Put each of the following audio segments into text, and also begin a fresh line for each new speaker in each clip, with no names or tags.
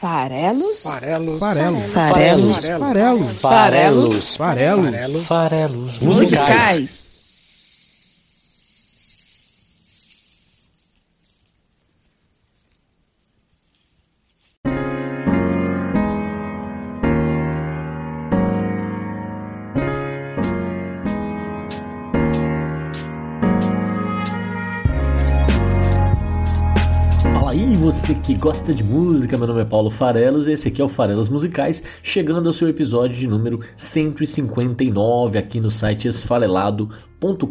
Farelos?
Farelos musicais.
E você que gosta de música, meu nome é Paulo Farelos e esse aqui é o Farelos Musicais, chegando ao seu episódio de número 159 aqui no site esfarelado.com.br.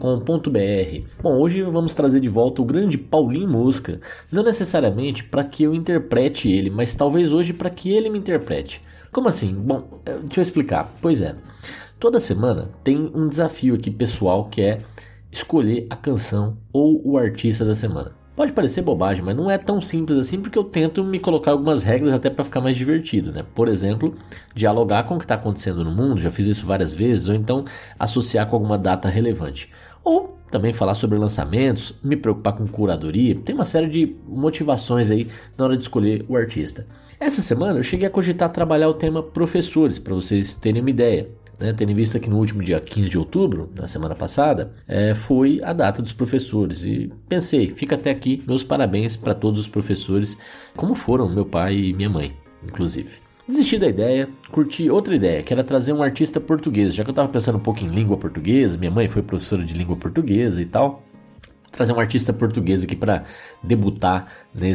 Bom, hoje vamos trazer de volta o grande Paulinho Mosca, não necessariamente para que eu interprete ele, mas talvez hoje para que ele me interprete. Como assim? Bom, deixa eu explicar. Pois é, toda semana tem um desafio aqui pessoal que é escolher a canção ou o artista da semana. Pode parecer bobagem, mas não é tão simples assim, porque eu tento me colocar algumas regras até para ficar mais divertido, né? Por exemplo, dialogar com o que está acontecendo no mundo, já fiz isso várias vezes, ou então associar com alguma data relevante. Ou também falar sobre lançamentos, me preocupar com curadoria, tem uma série de motivações aí na hora de escolher o artista. Essa semana eu cheguei a cogitar trabalhar o tema professores, para vocês terem uma ideia. Tendo em vista que no último dia 15 de outubro, na semana passada, foi a data dos professores. E pensei, fica até aqui meus parabéns para todos os professores, como foram meu pai e minha mãe, inclusive. Desisti da ideia, curti outra ideia, que era trazer um artista português. Já que eu estava pensando um pouco em língua portuguesa, minha mãe foi professora de língua portuguesa e tal. Trazer um artista português aqui para debutar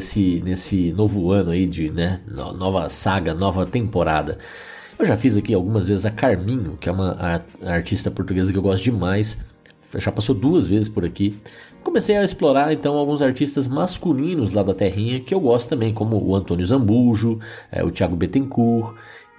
nesse novo ano aí de nova saga, nova temporada. Eu já fiz aqui algumas vezes a Carminho, que é uma artista portuguesa que eu gosto demais. Já passou 2 vezes por aqui. Comecei a explorar então alguns artistas masculinos lá da terrinha que eu gosto também, como o Antônio Zambujo, o Thiago Bittencourt.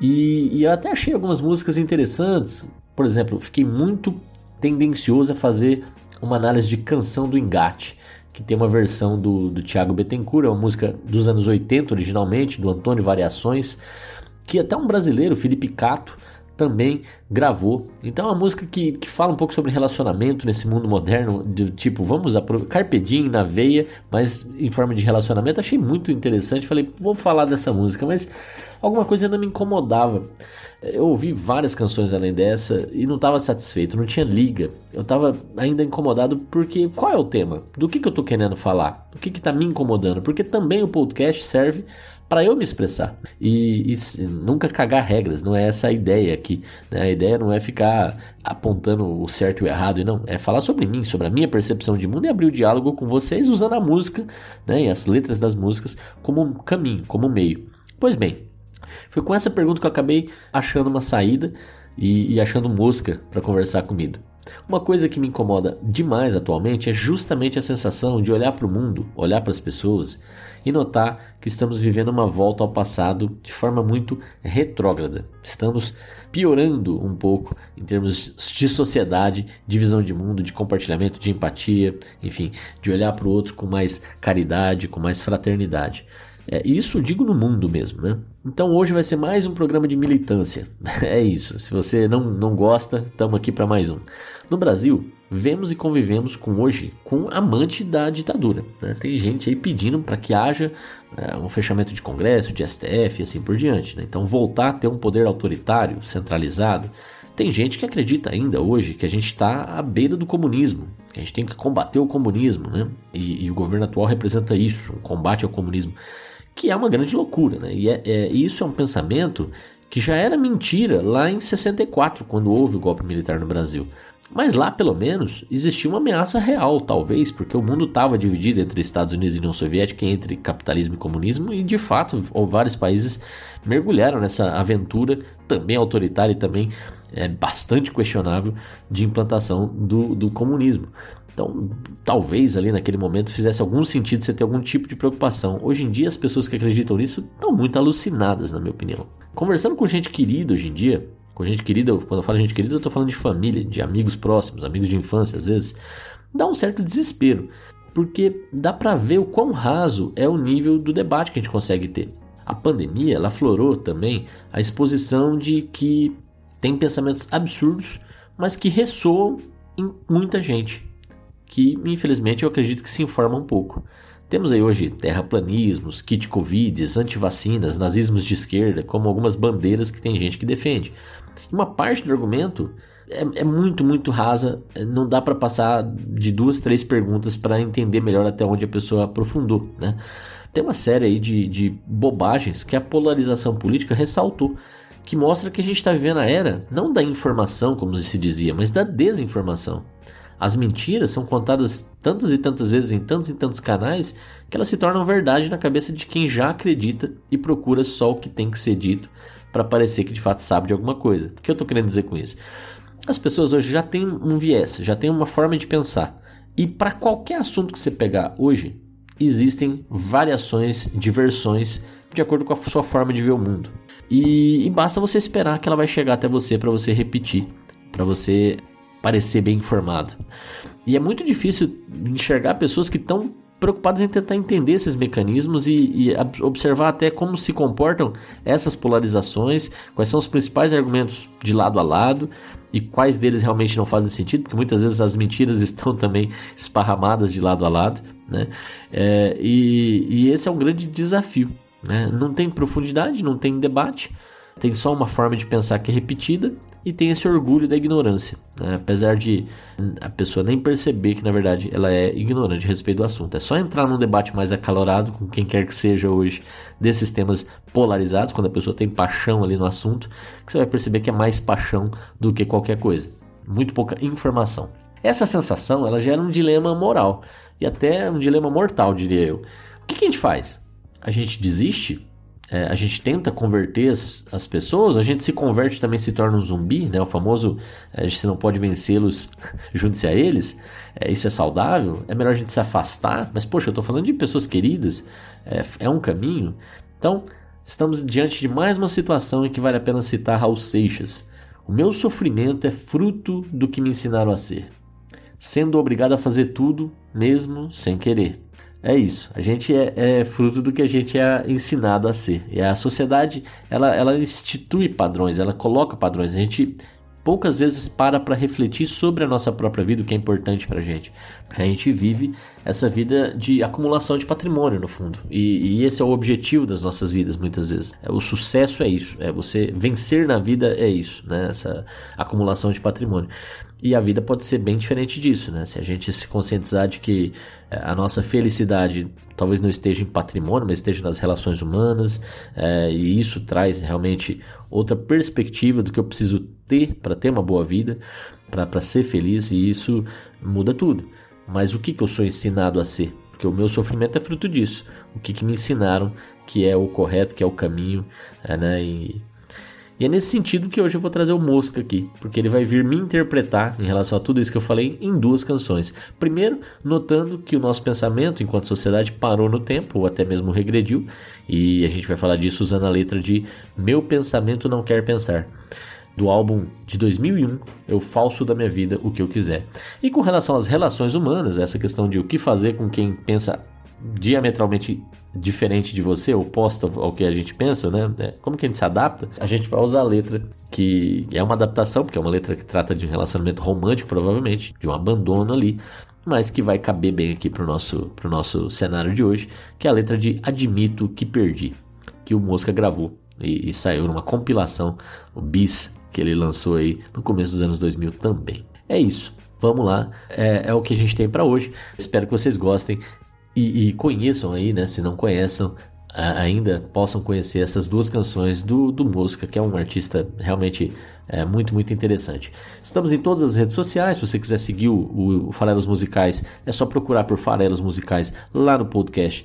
E eu até achei algumas músicas interessantes. Por exemplo, fiquei muito tendencioso a fazer uma análise de Canção do Engate, que tem uma versão do Thiago Bittencourt, é uma música dos anos 80 originalmente, do Antônio Variações, que até um brasileiro, Felipe Cato, também gravou. Então é uma música que fala um pouco sobre relacionamento nesse mundo moderno, de tipo, vamos Carpe Diem na veia, mas em forma de relacionamento. Achei muito interessante, falei, vou falar dessa música, mas alguma coisa ainda me incomodava. Eu ouvi várias canções além dessa e não estava satisfeito, não tinha liga. Eu estava ainda incomodado porque qual é o tema? Do que eu estou querendo falar? O que está me incomodando? Porque também o podcast serve para eu me expressar e nunca cagar regras, não é essa a ideia aqui, né? A ideia não é ficar apontando o certo e o errado, não, é falar sobre mim, sobre a minha percepção de mundo e abrir o diálogo com vocês usando a música, né, e as letras das músicas como um caminho, como um meio. Pois bem, foi com essa pergunta que eu acabei achando uma saída e achando Mosca para conversar comigo. Uma coisa que me incomoda demais atualmente é justamente a sensação de olhar para o mundo, olhar para as pessoas e notar que estamos vivendo uma volta ao passado de forma muito retrógrada. Estamos piorando um pouco em termos de sociedade, de visão de mundo, de compartilhamento, de empatia, enfim, de olhar para o outro com mais caridade, com mais fraternidade. Isso digo no mundo mesmo, né? Então hoje vai ser mais um programa de militância. É isso. Se você não gosta, estamos aqui para mais um. No Brasil, vemos e convivemos com amante da ditadura, né? Tem gente aí pedindo para que haja um fechamento de Congresso, de STF e assim por diante, né? Então voltar a ter um poder autoritário, centralizado. Tem gente que acredita ainda hoje que a gente está à beira do comunismo, que a gente tem que combater o comunismo, né? E o governo atual representa isso, um combate ao comunismo, que é uma grande loucura, né? E isso é um pensamento que já era mentira lá em 64, quando houve o golpe militar no Brasil. Mas lá, pelo menos, existia uma ameaça real, talvez, porque o mundo estava dividido entre Estados Unidos e União Soviética, entre capitalismo e comunismo, e de fato vários países mergulharam nessa aventura também autoritária e também bastante questionável de implantação do comunismo. Então, talvez ali naquele momento fizesse algum sentido você ter algum tipo de preocupação. Hoje em dia, as pessoas que acreditam nisso estão muito alucinadas, na minha opinião. Conversando com gente querida hoje em dia, com gente querida, quando eu falo gente querida, eu estou falando de família, de amigos próximos, amigos de infância, às vezes, dá um certo desespero, porque dá para ver o quão raso é o nível do debate que a gente consegue ter. A pandemia, ela aflorou também a exposição de que tem pensamentos absurdos, mas que ressoam em muita gente, que infelizmente eu acredito que se informa um pouco. Temos aí hoje terraplanismos, kit covids, antivacinas, nazismos de esquerda, como algumas bandeiras que tem gente que defende. Uma parte do argumento é muito, muito rasa, não dá para passar de 2, 3 perguntas para entender melhor até onde a pessoa aprofundou, né? Tem uma série aí de bobagens que a polarização política ressaltou, que mostra que a gente está vivendo a era não da informação, como se dizia, mas da desinformação. As mentiras são contadas tantas e tantas vezes em tantos e tantos canais que elas se tornam verdade na cabeça de quem já acredita e procura só o que tem que ser dito para parecer que de fato sabe de alguma coisa. O que eu estou querendo dizer com isso? As pessoas hoje já têm um viés, já têm uma forma de pensar. E para qualquer assunto que você pegar hoje, existem variações, versões de acordo com a sua forma de ver o mundo. E basta você esperar que ela vai chegar até você para você repetir, para você parecer bem informado. E é muito difícil enxergar pessoas que estão preocupadas em tentar entender esses mecanismos e observar até como se comportam essas polarizações, quais são os principais argumentos de lado a lado e quais deles realmente não fazem sentido, porque muitas vezes as mentiras estão também esparramadas de lado a lado, né? E esse é um grande desafio, né? Não tem profundidade, não tem debate, tem só uma forma de pensar que é repetida e tem esse orgulho da ignorância, né? Apesar de a pessoa nem perceber que na verdade ela é ignorante a respeito do assunto. É só entrar num debate mais acalorado com quem quer que seja hoje desses temas polarizados, quando a pessoa tem paixão ali no assunto, que você vai perceber que é mais paixão do que qualquer coisa. Muito pouca informação. Essa sensação ela gera um dilema moral e até um dilema mortal, diria eu. O que a gente faz? A gente desiste? A gente tenta converter as pessoas, a gente se converte também se torna um zumbi, né? O famoso, se não pode vencê-los, junte-se a eles. Isso é saudável? É melhor a gente se afastar? Mas poxa, eu estou falando de pessoas queridas, é um caminho? Então, estamos diante de mais uma situação em que vale a pena citar Raul Seixas. O meu sofrimento é fruto do que me ensinaram a ser, sendo obrigado a fazer tudo, mesmo sem querer. É isso, a gente é fruto do que a gente é ensinado a ser. E a sociedade, ela institui padrões, ela coloca padrões. A gente poucas vezes para refletir sobre a nossa própria vida, o que é importante pra gente. A gente vive essa vida de acumulação de patrimônio, no fundo. E esse é o objetivo das nossas vidas, muitas vezes. O sucesso é isso, você vencer na vida é isso, né? Essa acumulação de patrimônio. E a vida pode ser bem diferente disso, né? Se a gente se conscientizar de que a nossa felicidade talvez não esteja em patrimônio, mas esteja nas relações humanas, e isso traz realmente outra perspectiva do que eu preciso ter para ter uma boa vida, para ser feliz, e isso muda tudo. Mas o que eu sou ensinado a ser? Porque o meu sofrimento é fruto disso. O que me ensinaram que é o correto, que é o caminho, né? E é nesse sentido que hoje eu vou trazer o Mosca aqui, porque ele vai vir me interpretar em relação a tudo isso que eu falei em 2 canções. Primeiro, notando que o nosso pensamento enquanto sociedade parou no tempo, ou até mesmo regrediu, e a gente vai falar disso usando a letra de Meu Pensamento Não Quer Pensar, do álbum de 2001, Eu Falso da Minha Vida, O Que Eu Quiser. E com relação às relações humanas, essa questão de o que fazer com quem pensa diametralmente diferente de você, oposto ao que a gente pensa, né? Como que a gente se adapta? A gente vai usar a letra, que é uma adaptação, porque é uma letra que trata de um relacionamento romântico, provavelmente, de um abandono ali, mas que vai caber bem aqui pro nosso cenário de hoje, que é a letra de Admito que Perdi, que o Mosca gravou e saiu numa compilação, o Bis, que ele lançou aí no começo dos anos 2000 também. É isso, vamos lá, é o que a gente tem para hoje. Espero que vocês gostem. E conheçam aí, né? Se não conheçam, ainda possam conhecer essas 2 canções do Mosca, que é um artista realmente muito, muito interessante. Estamos em todas as redes sociais. Se você quiser seguir o Farelos Musicais, é só procurar por Farelos Musicais lá no podcast.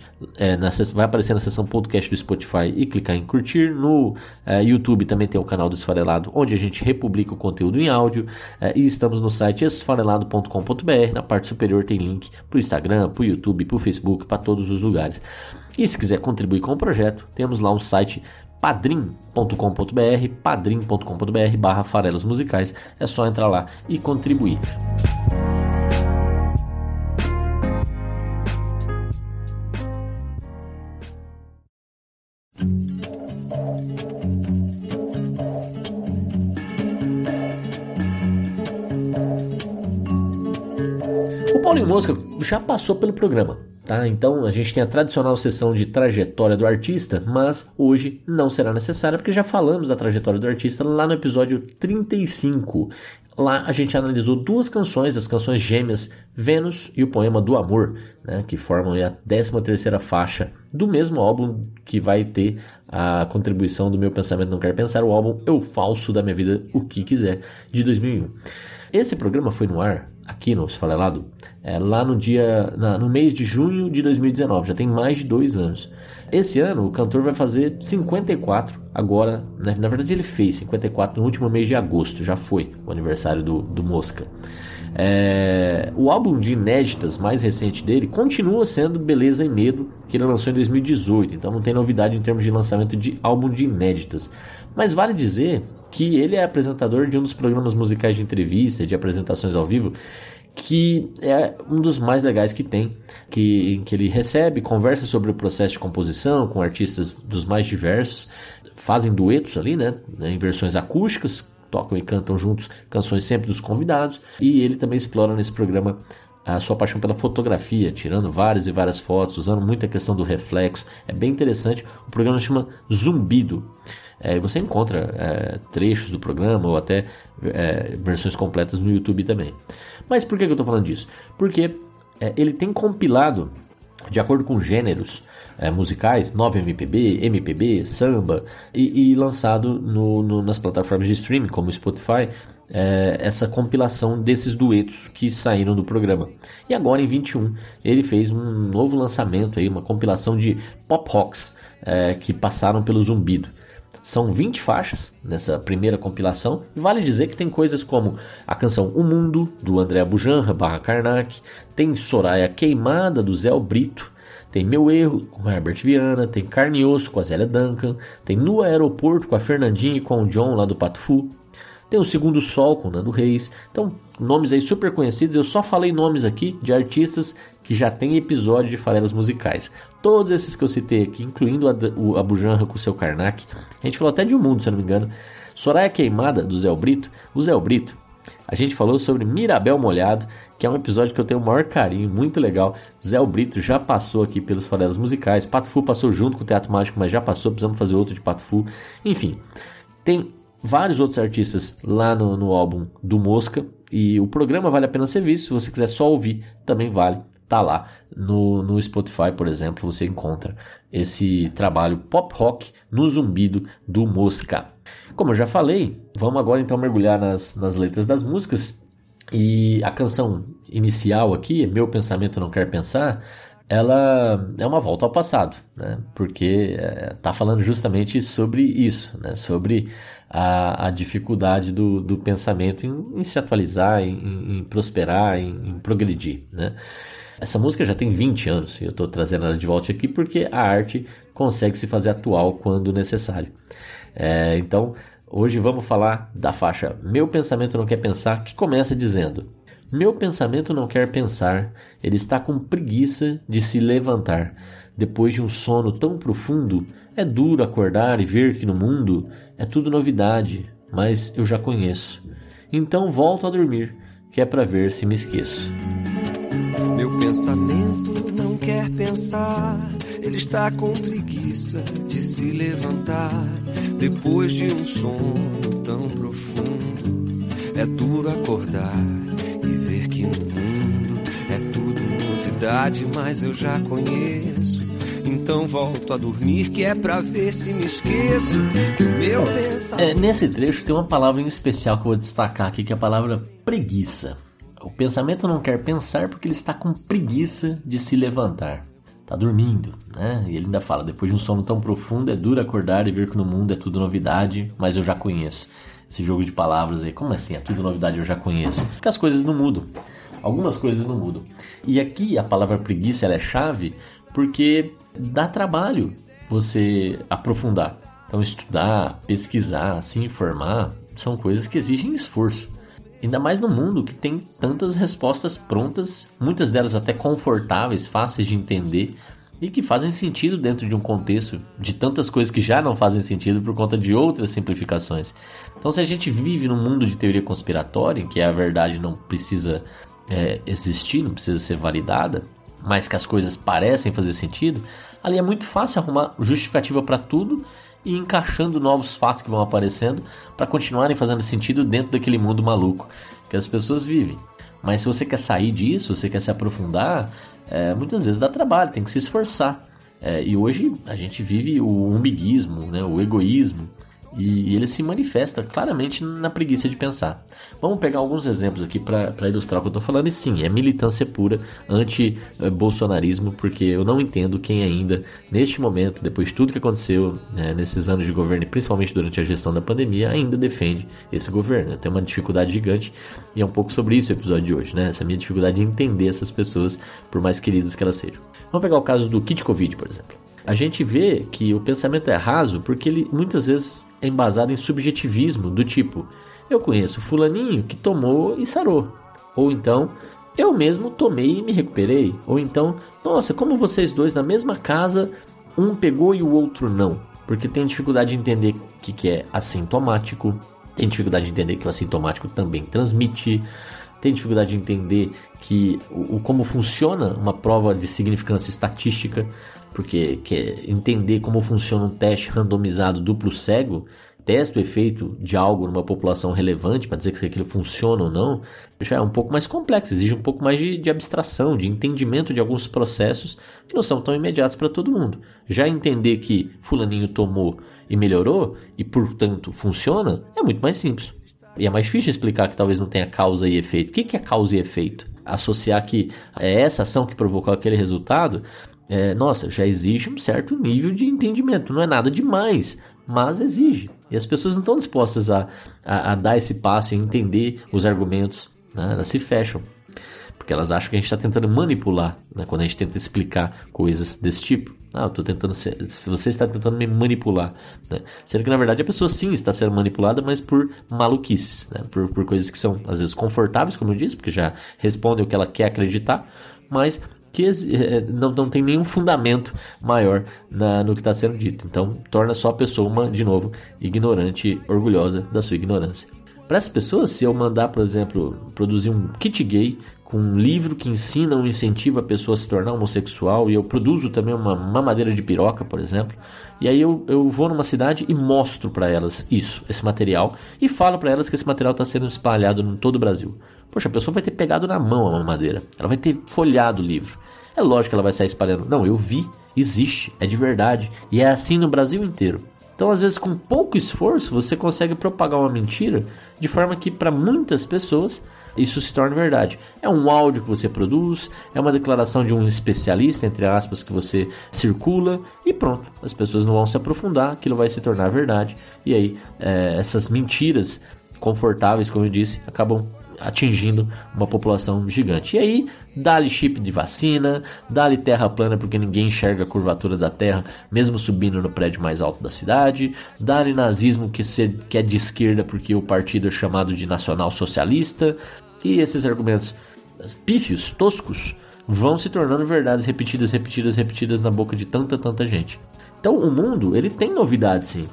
Vai aparecer na seção podcast do Spotify e clicar em curtir. No YouTube também tem o canal do Esfarelado, onde a gente republica o conteúdo em áudio. E estamos no site esfarelado.com.br. Na parte superior tem link para o Instagram, para o YouTube, para o Facebook, para todos os lugares. E se quiser contribuir com o projeto, temos lá um site padrim.com.br, padrim.com.br/Farelos Musicais. É só entrar lá e contribuir. O Paulinho Mosca já passou pelo programa. Tá? Então a gente tem a tradicional sessão de trajetória do artista, mas hoje não será necessária porque já falamos da trajetória do artista lá no episódio 35. Lá a gente analisou duas canções, as canções gêmeas Vênus e o Poema do Amor, né, que formam a 13ª faixa do mesmo álbum que vai ter a contribuição do Meu Pensamento Não Quer Pensar, o álbum Eu Falso da Minha Vida, O Que Quiser, de 2001. Esse programa foi no ar aqui no Esfarelado lá no mês de junho de 2019, já tem mais de 2 anos. Esse ano o cantor vai fazer 54 agora, né? Na verdade ele fez 54 no último mês de agosto, já foi o aniversário do Mosca. O álbum de inéditas mais recente dele continua sendo Beleza e Medo, que ele lançou em 2018, então não tem novidade em termos de lançamento de álbum de inéditas. Mas vale dizer que ele é apresentador de um dos programas musicais de entrevista, de apresentações ao vivo, que é um dos mais legais que tem, em que ele recebe, conversa sobre o processo de composição com artistas dos mais diversos, fazem duetos ali, né, em versões acústicas, tocam e cantam juntos canções sempre dos convidados, e ele também explora nesse programa a sua paixão pela fotografia, tirando várias e várias fotos, usando muita questão do reflexo. É bem interessante. O programa se chama Zumbido. Você encontra trechos do programa ou até versões completas no YouTube também. Mas por que eu estou falando disso? Porque ele tem compilado, de acordo com gêneros musicais, 9MPB, MPB, samba, e lançado nas plataformas de streaming como o Spotify, essa compilação desses duetos que saíram do programa. E agora em 21 ele fez um novo lançamento, uma compilação de pop rocks que passaram pelo Zumbido. São 20 faixas nessa primeira compilação, e vale dizer que tem coisas como a canção O Mundo, do André Abujanra / Karnak, tem Soraya Queimada, do Zé Brito, tem Meu Erro, com Herbert Viana, tem Carne e Osso, com a Zélia Duncan, tem No Aeroporto, com a Fernandinha e com o John, lá do Pato Fu, tem O Segundo Sol, com o Nando Reis. Então, nomes aí super conhecidos. Eu só falei nomes aqui de artistas que já tem episódio de Farelas Musicais. Todos esses que eu citei aqui, incluindo o Abujanra com o seu Karnak. A gente falou até de Um Mundo, se eu não me engano. Soraya Queimada, do Zé Brito. O Zé Brito, a gente falou sobre Mirabel Molhado, que é um episódio que eu tenho o maior carinho, muito legal. Zé Brito já passou aqui pelos Farelas Musicais. Pato Fu passou junto com o Teatro Mágico, mas já passou, precisamos fazer outro de Pato Fu. Enfim, tem vários outros artistas lá no álbum do Mosca, e o programa vale a pena ser visto. Se você quiser só ouvir, também vale. Tá lá no Spotify, por exemplo, você encontra esse trabalho pop rock no Zumbido do Mosca. Como eu já falei, vamos agora então mergulhar nas letras das músicas. E a canção inicial aqui, Meu Pensamento Não Quer Pensar, ela é uma volta ao passado, né? Porque está falando justamente sobre isso, né? Sobre a dificuldade do pensamento em se atualizar, em prosperar, em progredir, né? Essa música já tem 20 anos e eu estou trazendo ela de volta aqui porque a arte consegue se fazer atual quando necessário. Então, hoje vamos falar da faixa Meu Pensamento Não Quer Pensar, que começa dizendo: Meu pensamento não quer pensar, ele está com preguiça de se levantar. Depois de um sono tão profundo, é duro acordar e ver que no mundo é tudo novidade, mas eu já conheço. Então volto a dormir, que é para ver se me esqueço.
Meu pensamento não quer pensar, ele está com preguiça de se levantar. Depois de um sono tão profundo, é duro acordar e ver que no mundo é tudo novidade, mas eu já conheço. Então volto a dormir, que é pra ver se me esqueço. Que o meu pensamento...
Nesse trecho tem uma palavra em especial que eu vou destacar aqui, que é a palavra preguiça. O pensamento não quer pensar porque ele está com preguiça de se levantar. Está dormindo, né? E ele ainda fala: depois de um sono tão profundo, é duro acordar e ver que no mundo é tudo novidade, mas eu já conheço. Esse jogo de palavras aí, como assim? É tudo novidade, eu já conheço. Porque as coisas não mudam. Algumas coisas não mudam. E aqui a palavra preguiça ela é chave porque dá trabalho você aprofundar. Então estudar, pesquisar, se informar, são coisas que exigem esforço. Ainda mais no mundo que tem tantas respostas prontas, muitas delas até confortáveis, fáceis de entender e que fazem sentido dentro de um contexto de tantas coisas que já não fazem sentido por conta de outras simplificações. Então, se a gente vive num mundo de teoria conspiratória, em que a verdade não precisa existir, não precisa ser validada, mas que as coisas parecem fazer sentido, ali é muito fácil arrumar justificativa para tudo e ir encaixando novos fatos que vão aparecendo para continuarem fazendo sentido dentro daquele mundo maluco que as pessoas vivem. Mas se você quer sair disso, você quer se aprofundar, muitas vezes dá trabalho, tem que se esforçar. E hoje a gente vive o umbiguismo, né, o egoísmo, e ele se manifesta claramente na preguiça de pensar. Vamos pegar alguns exemplos aqui para ilustrar o que eu estou falando. E sim, é militância pura anti-bolsonarismo, porque eu não entendo quem ainda, neste momento, depois de tudo que aconteceu nesses anos de governo, e principalmente durante a gestão da pandemia, ainda defende esse governo. Eu tenho uma dificuldade gigante, e é um pouco sobre isso o episódio de hoje, né? Essa minha dificuldade de entender essas pessoas, por mais queridas que elas sejam. Vamos pegar o caso do kit Covid, por exemplo. A gente vê que o pensamento é raso porque ele muitas vezes é embasado em subjetivismo, do tipo, eu conheço fulaninho que tomou e sarou. Ou então, eu mesmo tomei e me recuperei. Ou então, nossa, como vocês dois na mesma casa, um pegou e o outro não. Porque tem dificuldade de entender o que é assintomático, tem dificuldade de entender que o assintomático também transmite, tem dificuldade de entender que como funciona uma prova de significância estatística, porque quer entender como funciona um teste randomizado duplo cego, testa o efeito de algo numa população relevante para dizer que aquilo funciona ou não, já é um pouco mais complexo, exige um pouco mais de abstração, de entendimento de alguns processos que não são tão imediatos para todo mundo. Já entender que fulaninho tomou e melhorou e, portanto, funciona, é muito mais simples. E é mais difícil explicar que talvez não tenha causa e efeito. O que é causa e efeito? Associar que é essa ação que provocou aquele resultado, já exige um certo nível de entendimento. Não é nada demais, mas exige. E as pessoas não estão dispostas a dar esse passo e entender os argumentos, né? Elas se fecham, porque elas acham que a gente está tentando manipular, né? Quando a gente tenta explicar coisas desse tipo. Eu estou tentando se você está tentando me manipular, né? Sendo que na verdade a pessoa sim está sendo manipulada, mas por maluquices, né? por coisas que são às vezes confortáveis, como eu disse, porque já respondem o que ela quer acreditar, mas que não tem nenhum fundamento maior no que está sendo dito. Então torna só a pessoa uma, de novo, ignorante, orgulhosa da sua ignorância. Para essas pessoas, se eu mandar, por exemplo, produzir um kit gay com um livro que ensina ou incentiva a pessoa a se tornar homossexual, e eu produzo também uma mamadeira de piroca, por exemplo, e aí eu vou numa cidade e mostro para elas esse material, e falo para elas que esse material está sendo espalhado em todo o Brasil. Poxa, a pessoa vai ter pegado na mão a mamadeira, ela vai ter folhado o livro. É lógico que ela vai sair espalhando. Não, eu vi, existe, é de verdade, e é assim no Brasil inteiro. Então, às vezes, com pouco esforço, você consegue propagar uma mentira de forma que, para muitas pessoas, isso se torna verdade. É um áudio que você produz, é uma declaração de um especialista, entre aspas, que você circula, e pronto. As pessoas não vão se aprofundar, aquilo vai se tornar verdade. E aí, essas mentiras confortáveis, como eu disse, acabam atingindo uma população gigante. E aí, dá-lhe chip de vacina, dá-lhe terra plana porque ninguém enxerga a curvatura da terra, mesmo subindo no prédio mais alto da cidade, dá-lhe nazismo que é de esquerda porque o partido é chamado de nacional socialista, e esses argumentos pífios, toscos, vão se tornando verdades repetidas na boca de tanta gente. Então o mundo, ele tem novidades sim,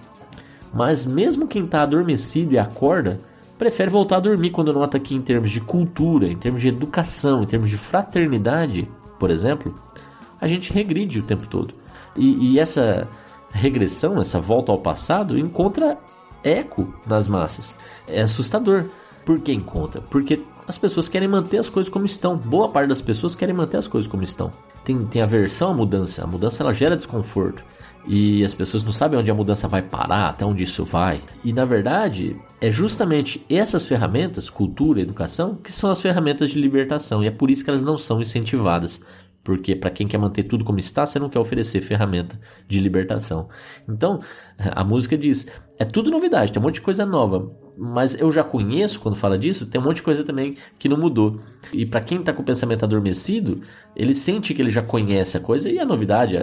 mas mesmo quem está adormecido e acorda, prefere voltar a dormir quando nota que em termos de cultura, em termos de educação, em termos de fraternidade, por exemplo, a gente regride o tempo todo. E essa regressão, essa volta ao passado, encontra eco nas massas. É assustador. Por que encontra? Porque as pessoas querem manter as coisas como estão. Boa parte das pessoas querem manter as coisas como estão. Tem aversão à mudança. A mudança ela gera desconforto. E as pessoas não sabem onde a mudança vai parar, até onde isso vai. E na verdade, é justamente essas ferramentas, cultura e educação, que são as ferramentas de libertação. E é por isso que elas não são incentivadas. Porque para quem quer manter tudo como está, você não quer oferecer ferramenta de libertação. Então, a música diz, é tudo novidade, tem um monte de coisa nova. Mas eu já conheço, quando fala disso, tem um monte de coisa também que não mudou. E para quem está com o pensamento adormecido, ele sente que ele já conhece a coisa, e a novidade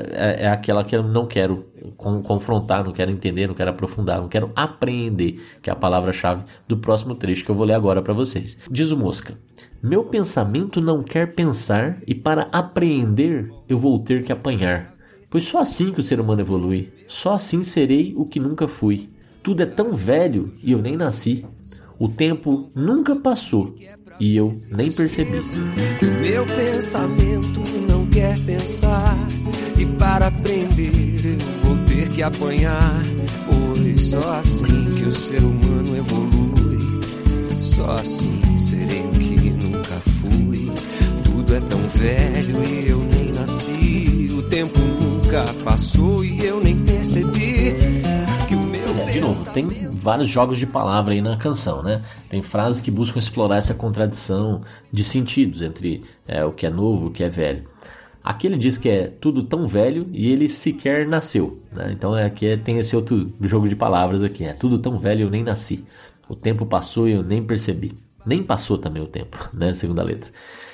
é aquela que eu não quero confrontar, não quero entender, não quero aprofundar, não quero apreender, que é a palavra-chave do próximo trecho que eu vou ler agora para vocês. Diz o Mosca: meu pensamento não quer pensar, e para apreender eu vou ter que apanhar. Pois só assim que o ser humano evolui, só assim serei o que nunca fui. Tudo é tão velho e eu nem nasci. O tempo nunca passou e eu nem percebi.
O meu pensamento não quer pensar, e para aprender eu vou ter que apanhar, pois só assim que o ser humano evolui, só assim serei o que nunca fui. Tudo é tão velho e eu nem nasci, o tempo nunca passou e eu nem percebi que o meu
de novo, tem vários jogos de palavra aí na canção, né? Tem frases que buscam explorar essa contradição de sentidos entre o que é novo e o que é velho. Aqui ele diz que é tudo tão velho e ele sequer nasceu, né? Então aqui tem esse outro jogo de palavras aqui, é tudo tão velho e eu nem nasci. O tempo passou e eu nem percebi. Nem passou também o tempo, né? Segunda letra.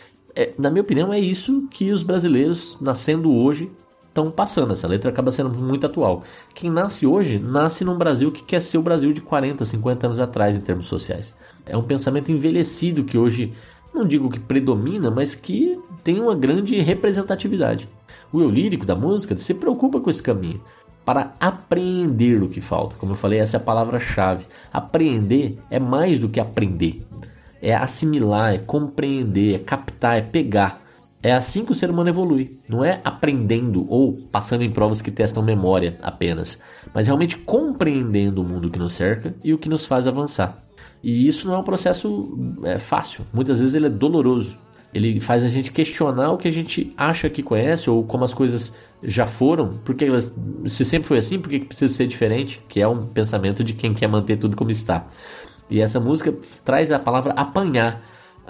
Na minha opinião, é isso que os brasileiros, nascendo hoje, estão passando. Essa letra acaba sendo muito atual. Quem nasce hoje, nasce num Brasil que quer ser o Brasil de 40, 50 anos atrás em termos sociais. É um pensamento envelhecido que hoje, não digo que predomina, mas que tem uma grande representatividade. O eu lírico da música se preocupa com esse caminho, para apreender o que falta. Como eu falei, essa é a palavra-chave. Apreender é mais do que aprender. É assimilar, é compreender, é captar, é pegar. É assim que o ser humano evolui. Não é aprendendo ou passando em provas que testam memória apenas, mas realmente compreendendo o mundo que nos cerca e o que nos faz avançar. E isso não é um processo fácil. Muitas vezes ele é doloroso. Ele faz a gente questionar o que a gente acha que conhece ou como as coisas já foram. Porque se sempre foi assim, por que precisa ser diferente? Que é um pensamento de quem quer manter tudo como está. E essa música traz a palavra apanhar.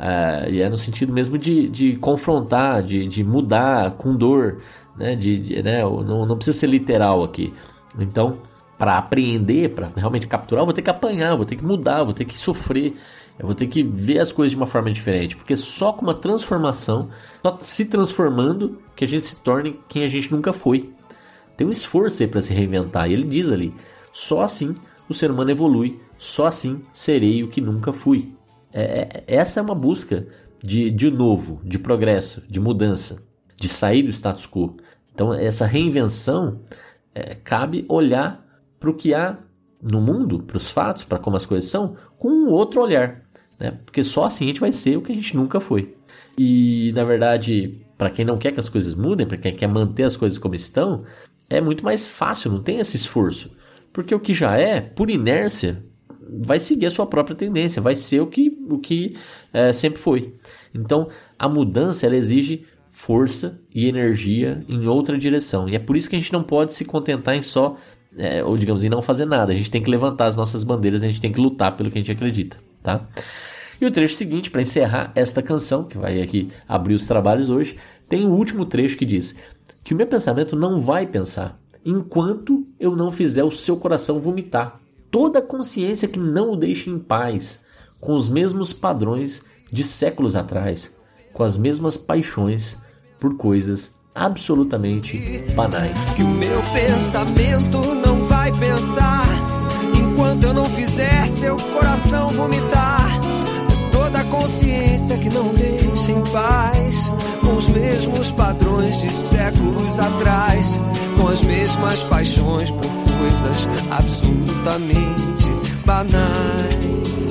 E é no sentido mesmo de confrontar, de mudar com dor, né? Não precisa ser literal aqui. Então, para apreender, para realmente capturar, eu vou ter que apanhar, vou ter que mudar, vou ter que sofrer, eu vou ter que ver as coisas de uma forma diferente, porque só com uma transformação, só se transformando, que a gente se torne quem a gente nunca foi. Tem um esforço aí para se reinventar, e ele diz ali, só assim o ser humano evolui, só assim serei o que nunca fui. Essa é uma busca de novo, de progresso, de mudança, de sair do status quo. Então essa reinvenção cabe olhar para o que há no mundo, para os fatos, para como as coisas são, com um outro olhar, né? Porque só assim a gente vai ser o que a gente nunca foi. E na verdade, para quem não quer que as coisas mudem, para quem quer manter as coisas como estão, é muito mais fácil, não tem esse esforço. Porque o que já é, por inércia, vai seguir a sua própria tendência, vai ser o que sempre foi. Então, a mudança ela exige força e energia em outra direção. E é por isso que a gente não pode se contentar em só, ou digamos, em não fazer nada. A gente tem que levantar as nossas bandeiras, a gente tem que lutar pelo que a gente acredita, tá? E o trecho seguinte, para encerrar esta canção, que vai aqui abrir os trabalhos hoje, tem o último trecho que diz que o meu pensamento não vai pensar enquanto eu não fizer o seu coração vomitar toda a consciência que não o deixe em paz, com os mesmos padrões de séculos atrás, com as mesmas paixões por coisas absolutamente banais.
Que o meu pensamento não vai pensar enquanto eu não fizer seu coração vomitar toda a consciência que não deixa em paz, com os mesmos padrões de séculos atrás, com as mesmas paixões por coisas absolutamente banais.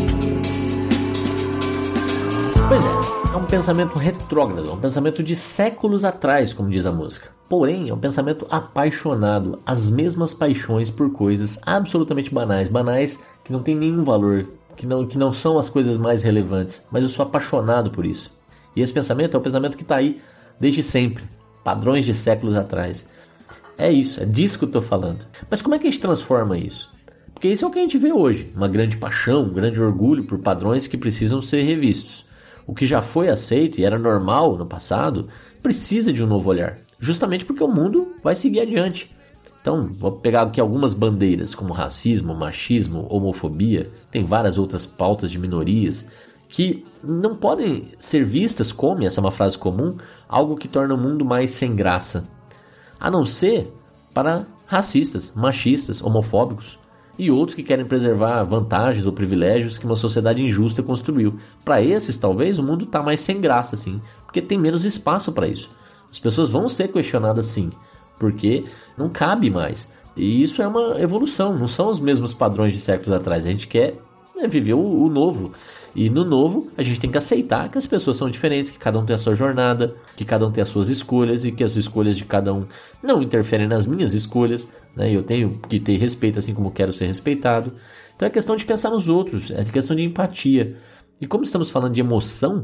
Pois é um pensamento retrógrado, é um pensamento de séculos atrás, como diz a música. Porém, é um pensamento apaixonado, as mesmas paixões por coisas absolutamente banais, banais que não tem nenhum valor, que não são as coisas mais relevantes, mas eu sou apaixonado por isso. E esse pensamento é um pensamento que está aí desde sempre, padrões de séculos atrás. É isso, é disso que eu estou falando. Mas como é que a gente transforma isso? Porque isso é o que a gente vê hoje, uma grande paixão, um grande orgulho por padrões que precisam ser revistos. O que já foi aceito e era normal no passado, precisa de um novo olhar, justamente porque o mundo vai seguir adiante. Então, vou pegar aqui algumas bandeiras, como racismo, machismo, homofobia, tem várias outras pautas de minorias, que não podem ser vistas como, essa é uma frase comum, algo que torna o mundo mais sem graça. A não ser para racistas, machistas, homofóbicos e outros que querem preservar vantagens ou privilégios que uma sociedade injusta construiu. Para esses, talvez, o mundo está mais sem graça, sim, porque tem menos espaço para isso. As pessoas vão ser questionadas, sim, porque não cabe mais. E isso é uma evolução, não são os mesmos padrões de séculos atrás. A gente quer viver o novo. E no novo, a gente tem que aceitar que as pessoas são diferentes, que cada um tem a sua jornada, que cada um tem as suas escolhas e que as escolhas de cada um não interferem nas minhas escolhas, né? Eu tenho que ter respeito assim como quero ser respeitado. Então é questão de pensar nos outros, é questão de empatia. E como estamos falando de emoção,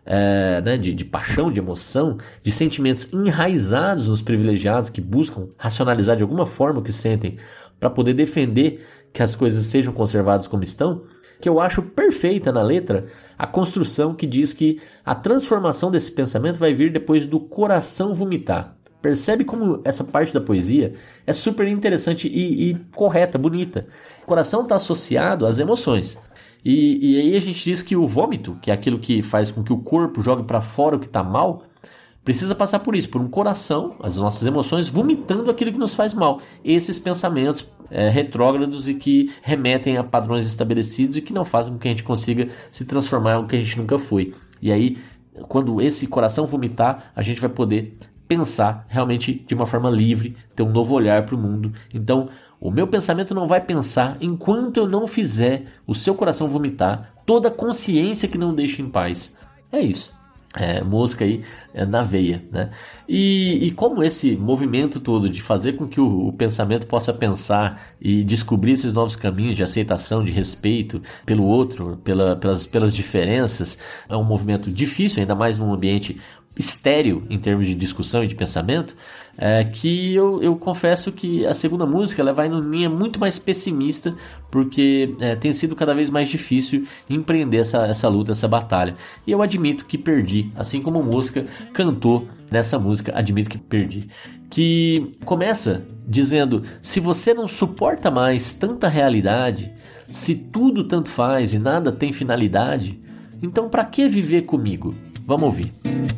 né, de paixão, de emoção, de sentimentos enraizados nos privilegiados que buscam racionalizar de alguma forma o que sentem para poder defender que as coisas sejam conservadas como estão, que eu acho perfeita na letra a construção que diz que a transformação desse pensamento vai vir depois do coração vomitar. Percebe como essa parte da poesia é super interessante e correta, bonita. O coração está associado às emoções. E aí a gente diz que o vômito, que é aquilo que faz com que o corpo jogue para fora o que está mal, precisa passar por isso, por um coração, as nossas emoções, vomitando aquilo que nos faz mal. Esses pensamentos retrógrados e que remetem a padrões estabelecidos e que não fazem com que a gente consiga se transformar em algo que a gente nunca foi. E aí, quando esse coração vomitar, a gente vai poder pensar realmente de uma forma livre, ter um novo olhar para o mundo. Então, o meu pensamento não vai pensar enquanto eu não fizer o seu coração vomitar toda a consciência que não deixa em paz. É isso. Música aí na veia, né? E como esse movimento todo de fazer com que o pensamento possa pensar e descobrir esses novos caminhos de aceitação, de respeito pelo outro, pelas diferenças, é um movimento difícil, ainda mais num ambiente estéril em termos de discussão e de pensamento, que eu confesso que a segunda música ela vai numa linha muito mais pessimista, porque tem sido cada vez mais difícil empreender essa luta, essa batalha. E eu admito que perdi, assim como a música cantou nessa música, admito que perdi. Que começa dizendo: se você não suporta mais tanta realidade, se tudo tanto faz e nada tem finalidade, então para que viver comigo? Vamos ouvir.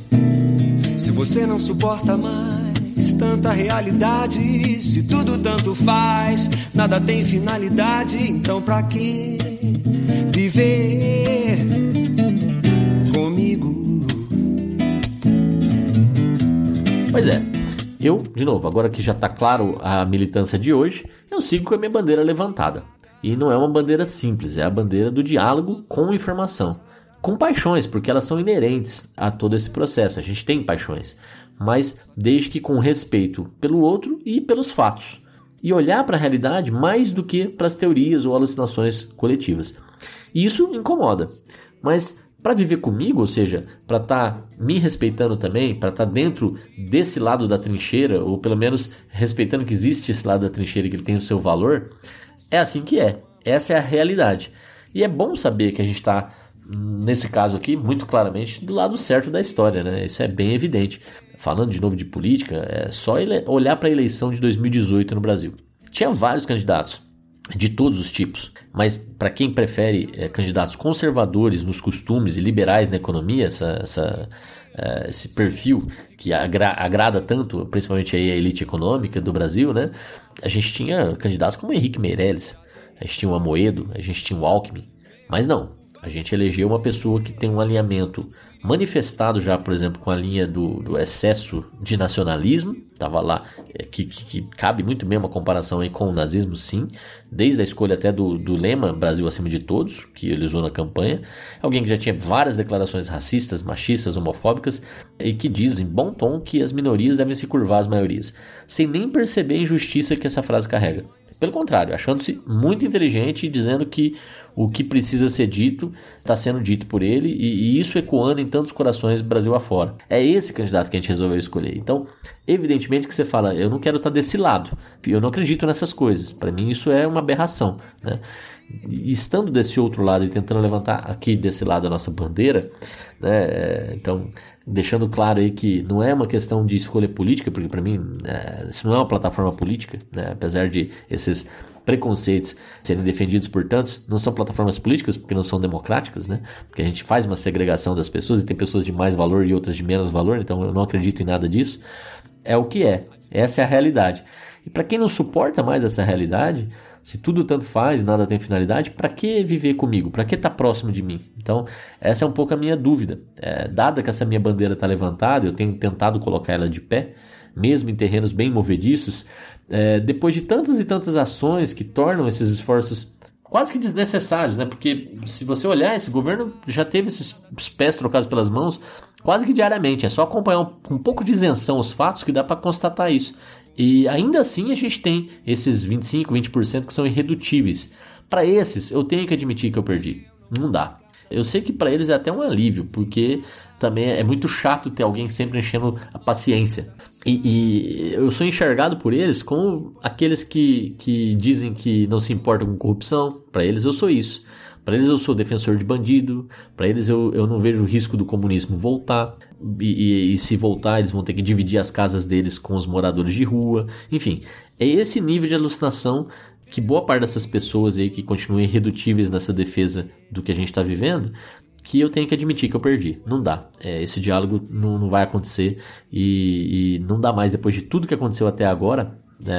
Se você não suporta mais tanta realidade, se tudo tanto faz, nada tem finalidade, então pra que viver comigo?
Pois é, eu, de novo, agora que já tá claro a militância de hoje, eu sigo com a minha bandeira levantada. E não é uma bandeira simples, é a bandeira do diálogo com informação. Com paixões, porque elas são inerentes a todo esse processo. A gente tem paixões, mas desde que com respeito pelo outro e pelos fatos. E olhar para a realidade mais do que para as teorias ou alucinações coletivas. E isso incomoda. Mas para viver comigo, ou seja, para estar me respeitando também, para estar dentro desse lado da trincheira, ou pelo menos respeitando que existe esse lado da trincheira e que ele tem o seu valor, é assim que é. Essa é a realidade. E é bom saber que a gente está, nesse caso aqui, muito claramente do lado certo da história, né? Isso é bem evidente. Falando de novo de política, é só olhar para a eleição de 2018 no Brasil. Tinha vários candidatos, de todos os tipos, mas para quem prefere candidatos conservadores nos costumes e liberais na economia, esse perfil que agrada tanto, principalmente aí a elite econômica do Brasil, né? A gente tinha candidatos como Henrique Meirelles, a gente tinha o Amoedo, a gente tinha o Alckmin, mas não. A gente elegeu uma pessoa que tem um alinhamento manifestado já, por exemplo, com a linha do excesso de nacionalismo, estava lá, que cabe muito bem uma comparação aí com o nazismo, sim, desde a escolha até do lema Brasil acima de todos, que ele usou na campanha. Alguém que já tinha várias declarações racistas, machistas, homofóbicas, e que diz em bom tom que as minorias devem se curvar às maiorias, sem nem perceber a injustiça que essa frase carrega. Pelo contrário, achando-se muito inteligente e dizendo que o que precisa ser dito está sendo dito por ele, e isso ecoando em tantos corações Brasil afora. É esse candidato que a gente resolveu escolher. Então, evidentemente que você fala, eu não quero estar desse lado, eu não acredito nessas coisas, para mim isso é uma aberração, né? E estando desse outro lado e tentando levantar aqui desse lado a nossa bandeira, né? Então, deixando claro aí que não é uma questão de escolha política, porque para mim isso não é uma plataforma política, né? Apesar de esses preconceitos serem defendidos por tantos, não são plataformas políticas porque não são democráticas, né? Porque a gente faz uma segregação das pessoas e tem pessoas de mais valor e outras de menos valor, então eu não acredito em nada disso. É o que é, essa é a realidade. E para quem não suporta mais essa realidade, se tudo tanto faz, nada tem finalidade, para que viver comigo? Para que estar próximo de mim? Então, essa é um pouco a minha dúvida. Dada que essa minha bandeira está levantada, eu tenho tentado colocar ela de pé, mesmo em terrenos bem movediços, depois de tantas e tantas ações que tornam esses esforços quase que desnecessários, né? Porque se você olhar, esse governo já teve esses pés trocados pelas mãos quase que diariamente. É só acompanhar um pouco de isenção os fatos que dá para constatar isso. E ainda assim a gente tem esses 25, 20% que são irredutíveis. Para esses, eu tenho que admitir que eu perdi. Não dá. Eu sei que para eles é até um alívio, porque também é muito chato ter alguém sempre enchendo a paciência. E eu sou enxergado por eles como aqueles que dizem que não se importam com corrupção. Para eles eu sou isso. Para eles eu sou defensor de bandido. Para eles eu não vejo o risco do comunismo voltar. E se voltar, eles vão ter que dividir as casas deles com os moradores de rua. Enfim, é esse nível de alucinação que boa parte dessas pessoas aí que continuam irredutíveis nessa defesa do que a gente está vivendo, que eu tenho que admitir que eu perdi. Não dá. Esse diálogo não vai acontecer e não dá mais, depois de tudo que aconteceu até agora,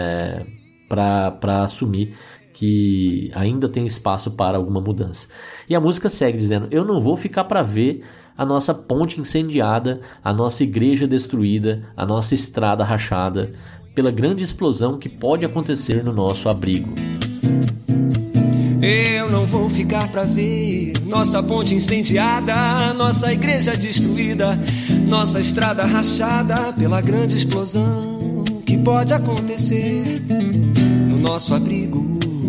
para assumir que ainda tem espaço para alguma mudança. E a música segue dizendo: eu não vou ficar para ver a nossa ponte incendiada, a nossa igreja destruída, a nossa estrada rachada, pela grande explosão que pode acontecer no nosso abrigo.
Eu não vou ficar pra ver nossa ponte incendiada, nossa igreja destruída, nossa estrada rachada pela grande explosão que pode acontecer no nosso abrigo.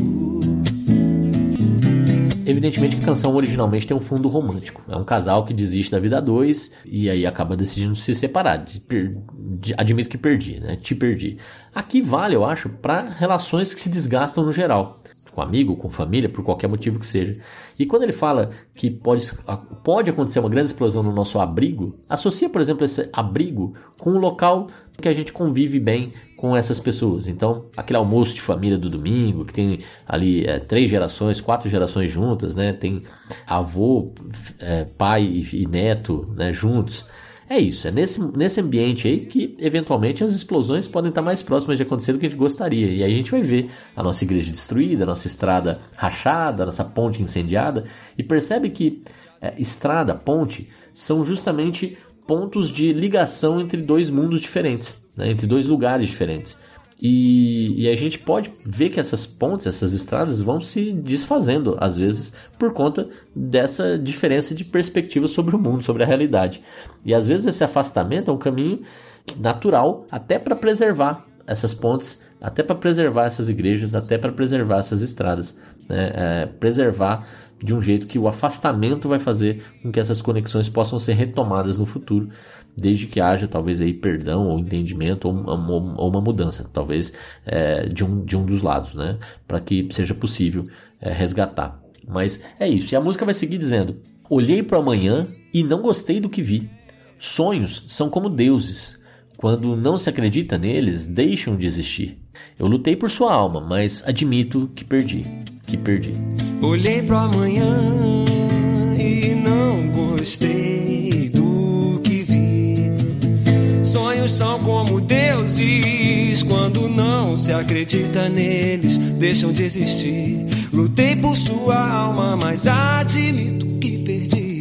Evidentemente que a canção originalmente tem um fundo romântico. É um casal que desiste da vida a dois e aí acaba decidindo se separar. Admito que perdi, né? Te perdi. Aqui vale, eu acho, para relações que se desgastam no geral. Com amigo, com família, por qualquer motivo que seja. E quando ele fala que pode acontecer uma grande explosão no nosso abrigo, associa, por exemplo, esse abrigo com um local que a gente convive bem com essas pessoas. Então, aquele almoço de família do domingo, que tem ali 3 gerações, 4 gerações juntas, né? Tem avô, pai e neto, né, juntos. É isso, é nesse ambiente aí que, eventualmente, as explosões podem estar mais próximas de acontecer do que a gente gostaria. E aí a gente vai ver a nossa igreja destruída, a nossa estrada rachada, a nossa ponte incendiada. E percebe que estrada, ponte, são justamente pontos de ligação entre 2 mundos diferentes, né? Entre 2 lugares diferentes. E a gente pode ver que essas pontes, essas estradas vão se desfazendo, às vezes, por conta dessa diferença de perspectiva sobre o mundo, sobre a realidade. E às vezes esse afastamento é um caminho natural até para preservar essas pontes, até para preservar essas igrejas, até para preservar essas estradas, né? Preservar de um jeito que o afastamento vai fazer com que essas conexões possam ser retomadas no futuro, desde que haja talvez aí perdão ou entendimento ou uma mudança, talvez de um dos lados, né? Para que seja possível resgatar. Mas é isso, e a música vai seguir dizendo: olhei para o amanhã e não gostei do que vi. Sonhos são como deuses. Quando não se acredita neles, deixam de existir. Eu lutei por sua alma, mas admito que perdi.
Olhei pro amanhã e não gostei do que vi. Sonhos são como deuses. Quando não se acredita neles, deixam de existir. Lutei por sua alma, mas admito que perdi.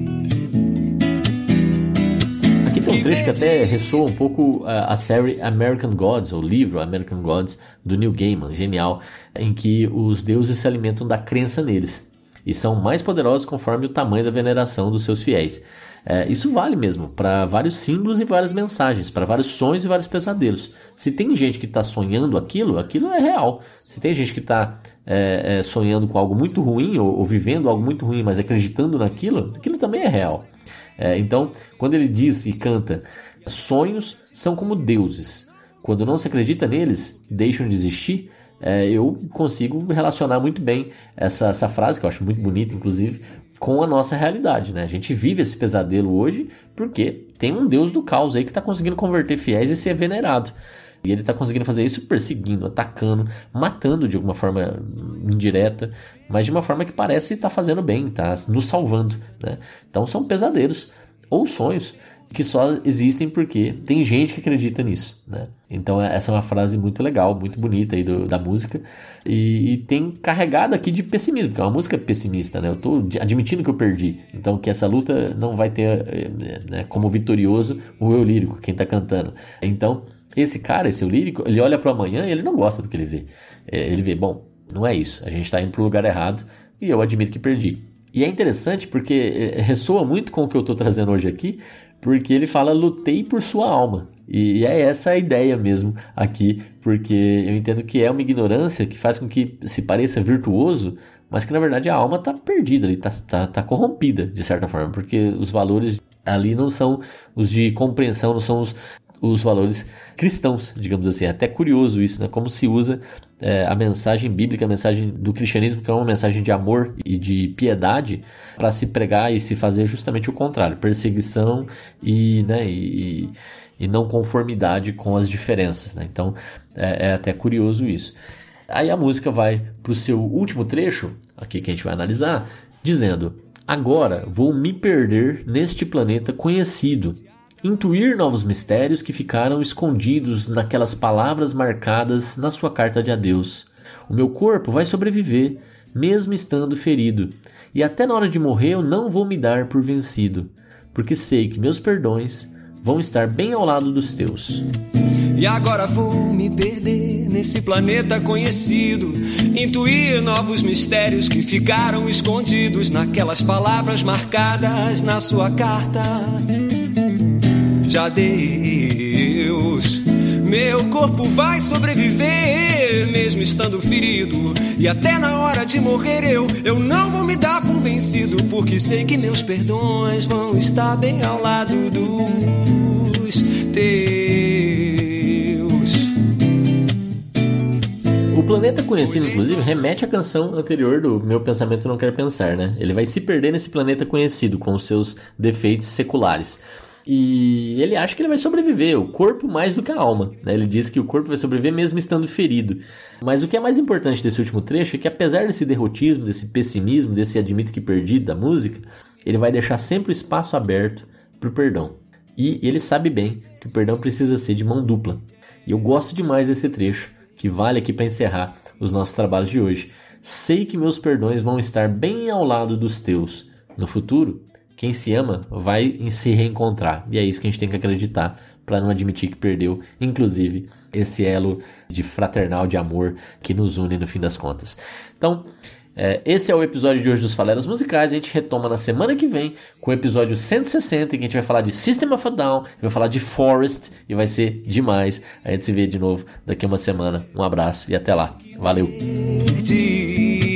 Tem um trecho que até ressoa um pouco a série American Gods, ou livro American Gods, do Neil Gaiman, genial, em que os deuses se alimentam da crença neles e são mais poderosos conforme o tamanho da veneração dos seus fiéis. Isso vale mesmo para vários símbolos e várias mensagens, para vários sonhos e vários pesadelos. Se tem gente que está sonhando aquilo é real. Se tem gente que está sonhando com algo muito ruim ou vivendo algo muito ruim, mas acreditando naquilo, aquilo também é real. Então, quando ele diz e canta: sonhos são como deuses, quando não se acredita neles, deixam de existir, eu consigo relacionar muito bem essa frase, que eu acho muito bonita, inclusive, com a nossa realidade, né? A gente vive esse pesadelo hoje porque tem um Deus do caos aí que está conseguindo converter fiéis e ser venerado. E ele está conseguindo fazer isso perseguindo, atacando, matando de alguma forma indireta, mas de uma forma que parece estar fazendo bem, está nos salvando, né? Então são pesadelos ou sonhos que só existem porque tem gente que acredita nisso, né? Então essa é uma frase muito legal, muito bonita aí da música e tem carregado aqui de pessimismo, porque é uma música pessimista, né? Eu estou admitindo que eu perdi, então que essa luta não vai ter, né, como vitorioso o eu lírico, quem está cantando. Então esse cara, esse eu lírico, ele olha para o amanhã e ele não gosta do que ele vê. Ele vê, bom, Não é isso. A gente está indo para o lugar errado e eu admito que perdi. E é interessante porque ressoa muito com o que eu estou trazendo hoje aqui, porque ele fala lutei por sua alma. E é essa a ideia mesmo aqui, porque eu entendo que é uma ignorância que faz com que se pareça virtuoso, mas que na verdade a alma está perdida, está corrompida de certa forma, porque os valores ali não são os de compreensão, não são os valores cristãos, digamos assim. É até curioso isso, né? Como se usa a mensagem bíblica, a mensagem do cristianismo, que é uma mensagem de amor e de piedade, para se pregar e se fazer justamente o contrário, perseguição e não conformidade com as diferenças, né? Então é até curioso isso. Aí a música vai para o seu último trecho, aqui que a gente vai analisar, dizendo: agora vou me perder neste planeta conhecido, intuir novos mistérios que ficaram escondidos naquelas palavras marcadas na sua carta de adeus. O meu corpo vai sobreviver, mesmo estando ferido, e até na hora de morrer eu não vou me dar por vencido, porque sei que meus perdões vão estar bem ao lado dos teus.
E agora vou me perder nesse planeta conhecido, intuir novos mistérios que ficaram escondidos naquelas palavras marcadas na sua carta de adeus. Meu corpo vai sobreviver, mesmo estando ferido, e até na hora de morrer eu não vou me dar por vencido, porque sei que meus perdões vão estar bem ao lado dos teus.
O planeta conhecido, inclusive, remete à canção anterior do Meu Pensamento Não Quer Pensar, né? Ele vai se perder nesse planeta conhecido, com os seus defeitos seculares. E ele acha que ele vai sobreviver, o corpo mais do que a alma, né? Ele diz que o corpo vai sobreviver mesmo estando ferido. Mas o que é mais importante desse último trecho é que, apesar desse derrotismo, desse pessimismo, desse admito que perdi da música, ele vai deixar sempre o espaço aberto para o perdão. E ele sabe bem que o perdão precisa ser de mão dupla. E eu gosto demais desse trecho, que vale aqui para encerrar os nossos trabalhos de hoje. Sei que meus perdões vão estar bem ao lado dos teus. No futuro, quem se ama vai se reencontrar. E é isso que a gente tem que acreditar para não admitir que perdeu, inclusive, esse elo de fraternal, de amor que nos une no fim das contas. Então, esse é o episódio de hoje dos Falelas Musicais. A gente retoma na semana que vem com o episódio 160, em que a gente vai falar de System of a Down, vai falar de Forest e vai ser demais. A gente se vê de novo daqui a uma semana. Um abraço e até lá. Valeu!